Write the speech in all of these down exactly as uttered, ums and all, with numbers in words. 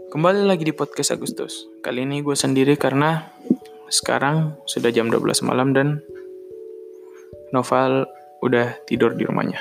Kembali lagi di podcast Agustus. Kali ini gue sendiri karena sekarang sudah jam dua belas malam dan Noval udah tidur di rumahnya.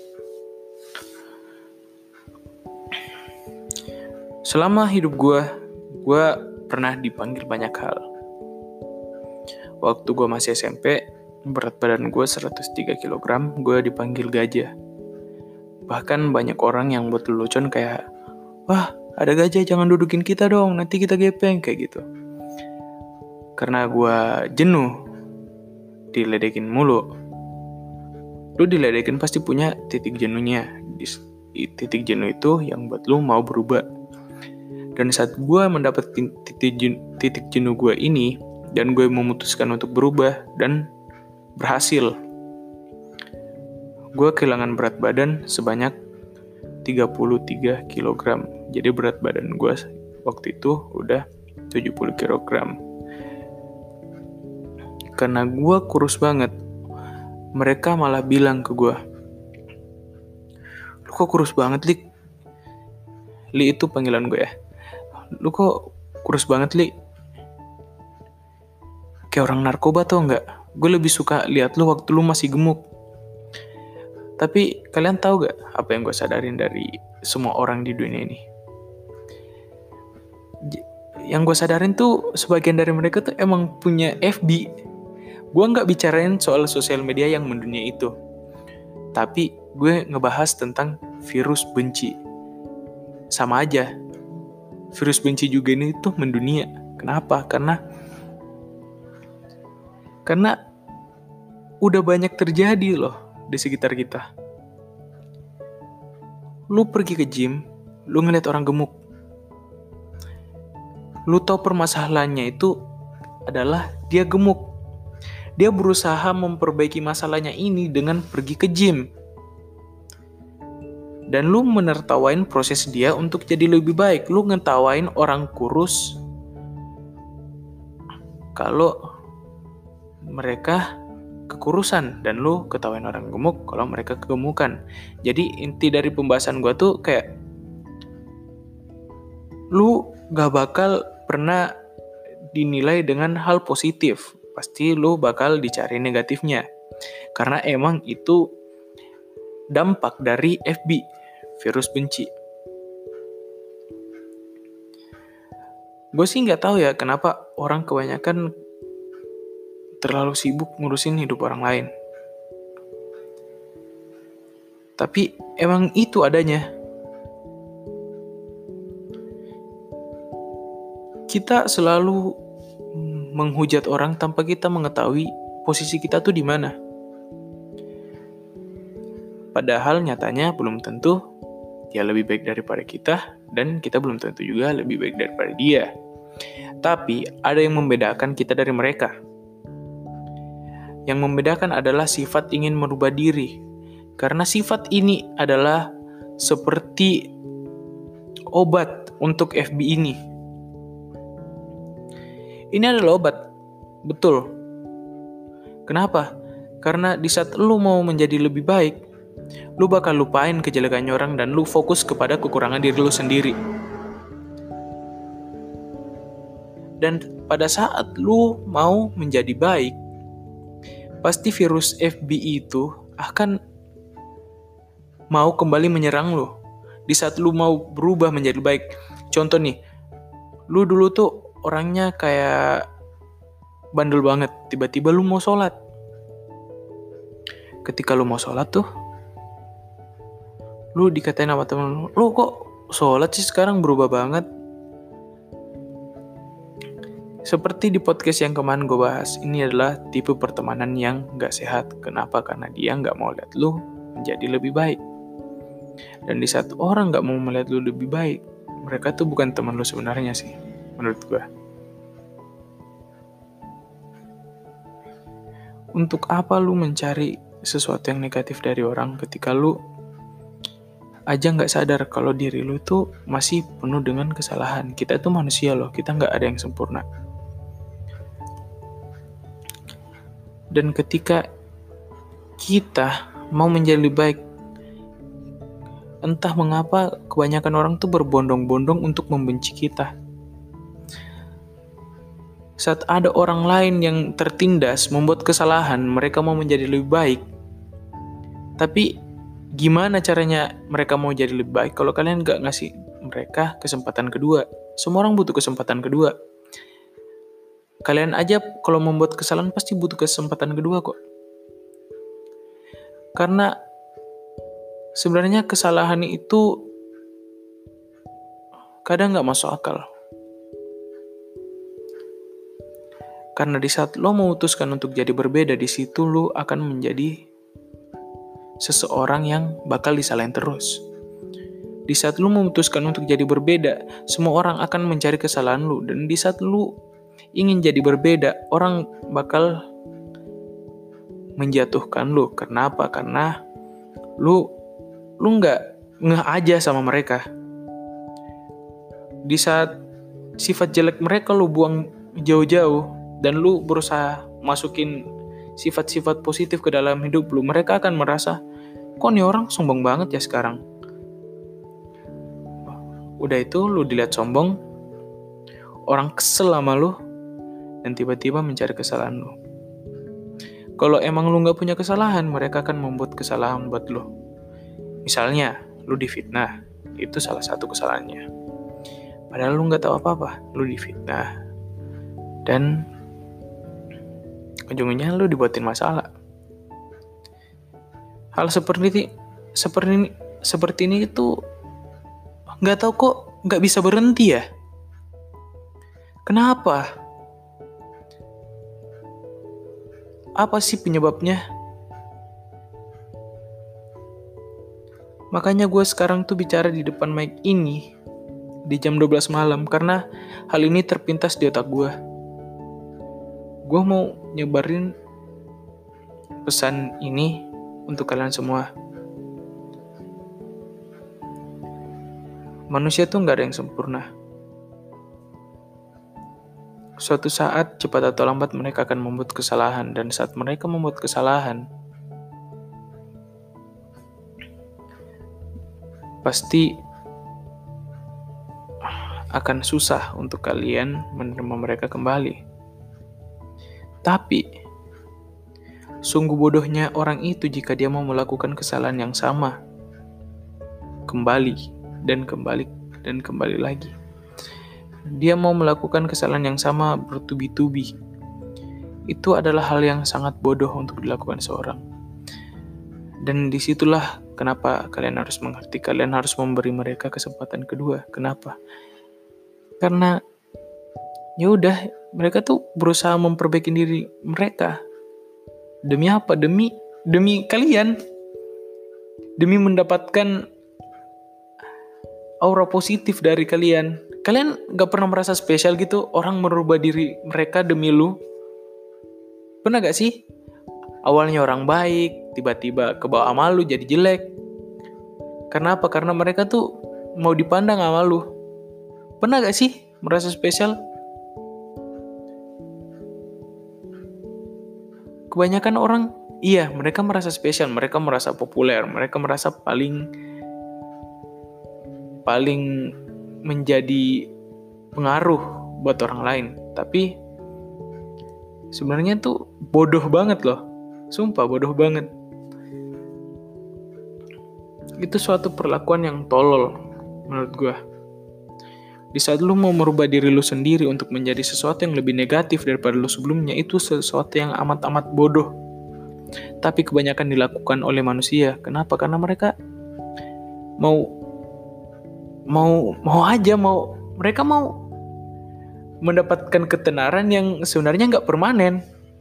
Selama hidup gue, gue pernah dipanggil banyak hal. Waktu gue masih S M P, berat badan gue seratus tiga kilogram, gue dipanggil gajah. Bahkan banyak orang yang buat lelucon kayak, wah ada gajah jangan dudukin kita dong, nanti kita gepeng, kayak gitu. Karena gue jenuh diledekin mulu. Lu diledekin pasti punya titik jenuhnya. Di titik jenuh itu yang buat lu mau berubah. Dan saat gue mendapat titik jenuh, titik jenuh gue ini, dan gue memutuskan untuk berubah dan berhasil, gue kehilangan berat badan sebanyak tiga puluh tiga kilogram. Jadi berat badan gue waktu itu udah tujuh puluh kilogram. Karena gue kurus banget, mereka malah bilang ke gue, lu kok kurus banget, Li? Li itu panggilan gue ya. Lu kok kurus banget, Li? Kayak orang narkoba tau gak? Gue lebih suka lihat lu waktu lu masih gemuk. Tapi kalian tahu gak apa yang gue sadarin dari semua orang di dunia ini? Yang gue sadarin tuh sebagian dari mereka tuh emang punya F B. Gue gak bicarain soal sosial media yang mendunia itu. Tapi gue ngebahas tentang virus benci. Sama aja. Virus benci juga ini tuh mendunia. Kenapa? Karena Karena udah banyak terjadi loh di sekitar kita. Lu pergi ke gym, lu ngeliat orang gemuk. Lu tahu permasalahannya itu adalah dia gemuk. Dia berusaha memperbaiki masalahnya ini dengan pergi ke gym. Dan lu menertawain proses dia untuk jadi lebih baik. Lu ngetawain orang kurus kalau mereka kekurusan, dan lu ketawain orang gemuk kalau mereka kegemukan. Jadi inti dari pembahasan gue tuh kayak, lu gak bakal pernah dinilai dengan hal positif. Pasti lu bakal dicari negatifnya. Karena emang itu dampak dari F B, virus benci. Gue sih gak tahu ya kenapa orang kebanyakan terlalu sibuk ngurusin hidup orang lain. Tapi emang itu adanya. Kita selalu menghujat orang tanpa kita mengetahui posisi kita tuh di mana. Padahal nyatanya belum tentu dia lebih baik daripada kita, dan kita belum tentu juga lebih baik daripada dia. Tapi ada yang membedakan kita dari mereka. Yang membedakan adalah sifat ingin merubah diri. Karena sifat ini adalah seperti obat untuk F B ini. Ini adalah obat, betul. Kenapa? Karena di saat lu mau menjadi lebih baik, lu bakal lupain kejelekannya orang dan lu fokus kepada kekurangan diri lu sendiri. Dan pada saat lu mau menjadi baik, pasti virus F B itu akan mau kembali menyerang lu. Di saat lu mau berubah menjadi baik. Contoh nih, lu dulu tuh orangnya kayak bandel banget. Tiba-tiba lu mau sholat. Ketika lu mau sholat tuh, lu dikatain sama temen lu, lu kok sholat sih sekarang berubah banget. Seperti di podcast yang kemarin gue bahas, ini adalah tipe pertemanan yang gak sehat. Kenapa? Karena dia gak mau lihat lu menjadi lebih baik. Dan di saat orang gak mau melihat lu lebih baik, mereka tuh bukan teman lu sebenarnya sih, menurut gue. Untuk apa lu mencari sesuatu yang negatif dari orang ketika lu aja gak sadar kalau diri lu tuh masih penuh dengan kesalahan. Kita tuh manusia loh, kita gak ada yang sempurna. Dan ketika kita mau menjadi lebih baik, entah mengapa kebanyakan orang tuh berbondong-bondong untuk membenci kita. Saat ada orang lain yang tertindas, membuat kesalahan, mereka mau menjadi lebih baik. Tapi gimana caranya mereka mau jadi lebih baik kalau kalian gak ngasih mereka kesempatan kedua? Semua orang butuh kesempatan kedua. Kalian aja kalau membuat kesalahan pasti butuh kesempatan kedua kok. Karena sebenarnya kesalahan itu kadang gak masuk akal. Karena di saat lo memutuskan untuk jadi berbeda, di situ lo akan menjadi seseorang yang bakal disalahin terus. Di saat lo memutuskan untuk jadi berbeda, semua orang akan mencari kesalahan lo. Dan di saat lo ingin jadi berbeda, orang bakal menjatuhkan lo. Kenapa? Karena lo lo nggak ngeh aja sama mereka. Di saat sifat jelek mereka lo buang jauh-jauh, dan lu berusaha masukin sifat-sifat positif ke dalam hidup lu, mereka akan merasa, kok nih orang sombong banget ya sekarang. Udah itu lu dilihat sombong, orang kesel sama lu, dan tiba-tiba mencari kesalahan lu. Kalau emang lu gak punya kesalahan, mereka akan membuat kesalahan buat lu. Misalnya, lu difitnah, itu salah satu kesalahannya. Padahal lu gak tahu apa-apa, lu difitnah. Dan ujung-ujungnya lu dibuatin masalah. Hal seperti ini, seperti ini, seperti ini itu nggak tahu kok nggak bisa berhenti ya. Kenapa? Apa sih penyebabnya? Makanya gue sekarang tuh bicara di depan mic ini di jam dua belas malam karena hal ini terpintas di otak gue. Gue mau nyebarin pesan ini untuk kalian semua. Manusia tuh gak ada yang sempurna. Suatu saat, cepat atau lambat mereka akan membuat kesalahan. Dan saat mereka membuat kesalahan, pasti akan susah untuk kalian menerima mereka kembali. Tapi, sungguh bodohnya orang itu jika dia mau melakukan kesalahan yang sama. Kembali, dan kembali, dan kembali lagi. Dia mau melakukan kesalahan yang sama bertubi-tubi. Itu adalah hal yang sangat bodoh untuk dilakukan seorang. Dan disitulah kenapa kalian harus mengerti. Kalian harus memberi mereka kesempatan kedua. Kenapa? Karena ya udah, mereka tuh berusaha memperbaiki diri mereka. Demi apa? Demi demi kalian. Demi mendapatkan aura positif dari kalian. Kalian gak pernah merasa spesial gitu orang merubah diri mereka demi lu? Pernah gak sih? Awalnya orang baik, tiba-tiba kebawa sama lu jadi jelek. Karena apa? Karena mereka tuh mau dipandang sama lu. Pernah gak sih merasa spesial? Kebanyakan orang, iya, mereka merasa spesial, mereka merasa populer, mereka merasa paling paling menjadi pengaruh buat orang lain. Tapi sebenarnya tuh bodoh banget loh. Sumpah bodoh banget. Itu suatu perlakuan yang tolol menurut gue. Di saat lu mau merubah diri lu sendiri untuk menjadi sesuatu yang lebih negatif daripada lu sebelumnya, itu sesuatu yang amat-amat bodoh. Tapi kebanyakan dilakukan oleh manusia. Kenapa? Karena mereka mau mau mau aja mau mereka mau mendapatkan ketenaran yang sebenarnya nggak permanen,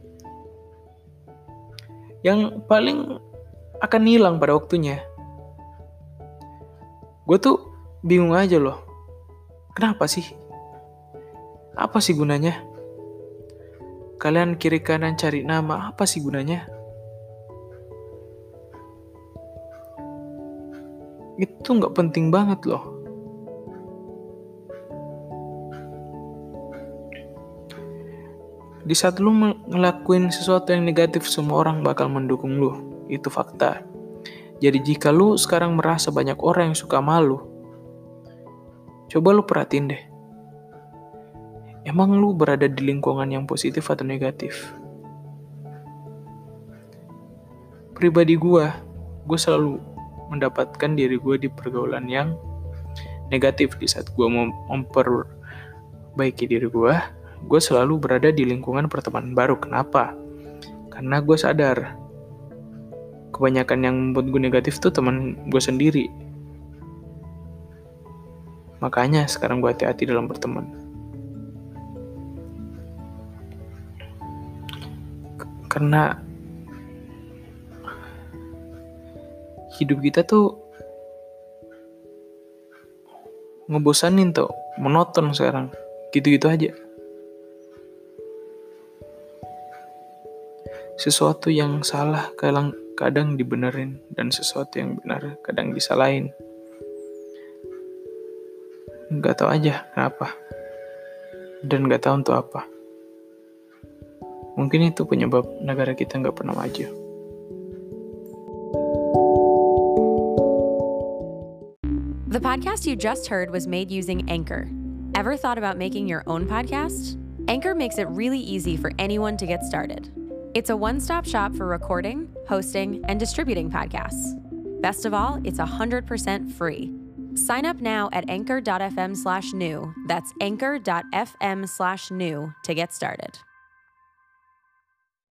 yang paling akan hilang pada waktunya. Gue tuh bingung aja loh. Kenapa sih? Apa sih gunanya? Kalian kiri kanan cari nama, apa sih gunanya? Itu gak penting banget loh. Di saat lu ngelakuin sesuatu yang negatif, semua orang bakal mendukung lu. Itu fakta. Jadi jika lu sekarang merasa banyak orang yang suka malu, coba lu perhatiin deh. Emang lu berada di lingkungan yang positif atau negatif? Pribadi gue, gue selalu mendapatkan diri gue di pergaulan yang negatif. Di saat gue mau memperbaiki diri gue, gue selalu berada di lingkungan pertemanan baru. Kenapa? Karena gue sadar kebanyakan yang membuat gue negatif tuh teman gue sendiri. Makanya sekarang gue hati-hati dalam berteman. K- karena hidup kita tuh ngebosanin tuh, monoton sekarang. Gitu-gitu aja. Sesuatu yang salah kadang, kadang dibenerin, dan sesuatu yang benar kadang disalahin. Gak tahu aja kenapa. Dan gak tahu untuk apa. Mungkin itu penyebab negara kita gak pernah maju. The podcast you just heard was made using Anchor. Ever thought about making your own podcast? Anchor makes it really easy for anyone to get started. It's a one-stop shop for recording, hosting, and distributing podcasts. Best of all, it's one hundred percent free. Sign up now at anchor.fm slash new. That's anchor.fm slash new to get started.